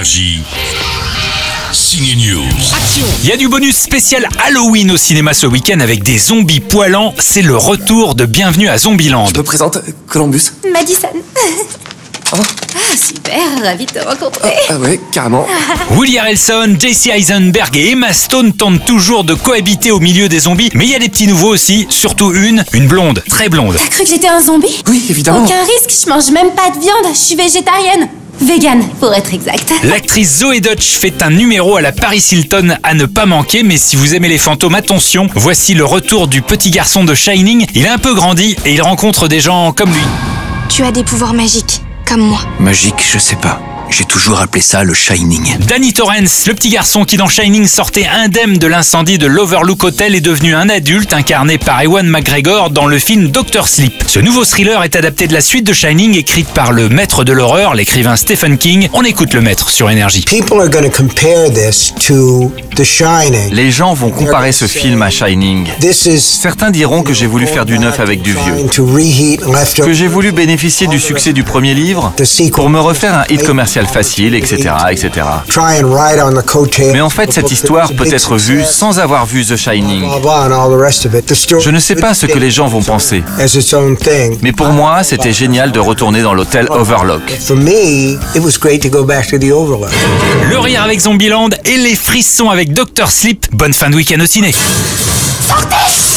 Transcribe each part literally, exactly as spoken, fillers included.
Énergie. Ciné News. Action. Il y a du bonus spécial Halloween au cinéma ce week-end avec des zombies poilants. C'est le retour de Bienvenue à Zombieland. Je me présente, Columbus. Madison. Oh. Ah, super, ravi de te rencontrer. Ah, ah ouais, carrément. Woody Harrelson, J C Eisenberg et Emma Stone tentent toujours de cohabiter au milieu des zombies. Mais il y a des petits nouveaux aussi, surtout une, une blonde, très blonde. T'as cru que j'étais un zombie? Oui, évidemment. Aucun risque, je mange même pas de viande, je suis végétarienne. Vegan, pour être exact. L'actrice Zoe Dutch fait un numéro à la Paris Hilton à ne pas manquer, mais si vous aimez les fantômes, attention, voici le retour du petit garçon de Shining. Il a un peu grandi et il rencontre des gens comme lui. Tu as des pouvoirs magiques, comme moi. Magique, je sais pas. J'ai toujours appelé ça le Shining. Danny Torrance, le petit garçon qui dans Shining sortait indemne de l'incendie de l'Overlook Hotel, est devenu un adulte incarné par Ewan McGregor dans le film docteur Sleep. Ce nouveau thriller est adapté de la suite de Shining écrite par le maître de l'horreur, l'écrivain Stephen King. On écoute le maître sur Énergie. People are going to compare this to The Shining. Les gens vont comparer ce film à Shining. This is Certains diront que j'ai voulu faire du neuf avec du vieux, trying to reheat leftover que j'ai voulu bénéficier du succès du premier livre pour me refaire un hit commercial facile, et cetera, et cetera. try and ride on the coattails. Mais en fait, cette histoire peut être vue sans avoir vu The Shining. Blah, blah, and all the rest of it. The story Je ne sais pas ce que les gens vont penser, as its own thing. mais pour moi, c'était génial de retourner dans l'hôtel Overlook. For me, it was great to go back to the Overlook. Le rire avec Zombieland et les frissons avec docteur Sleep. Bonne fin de week-end au ciné. Sortez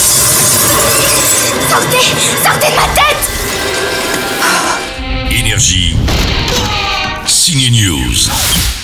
Sortez Sortez de ma tête. Énergie. Ciné News.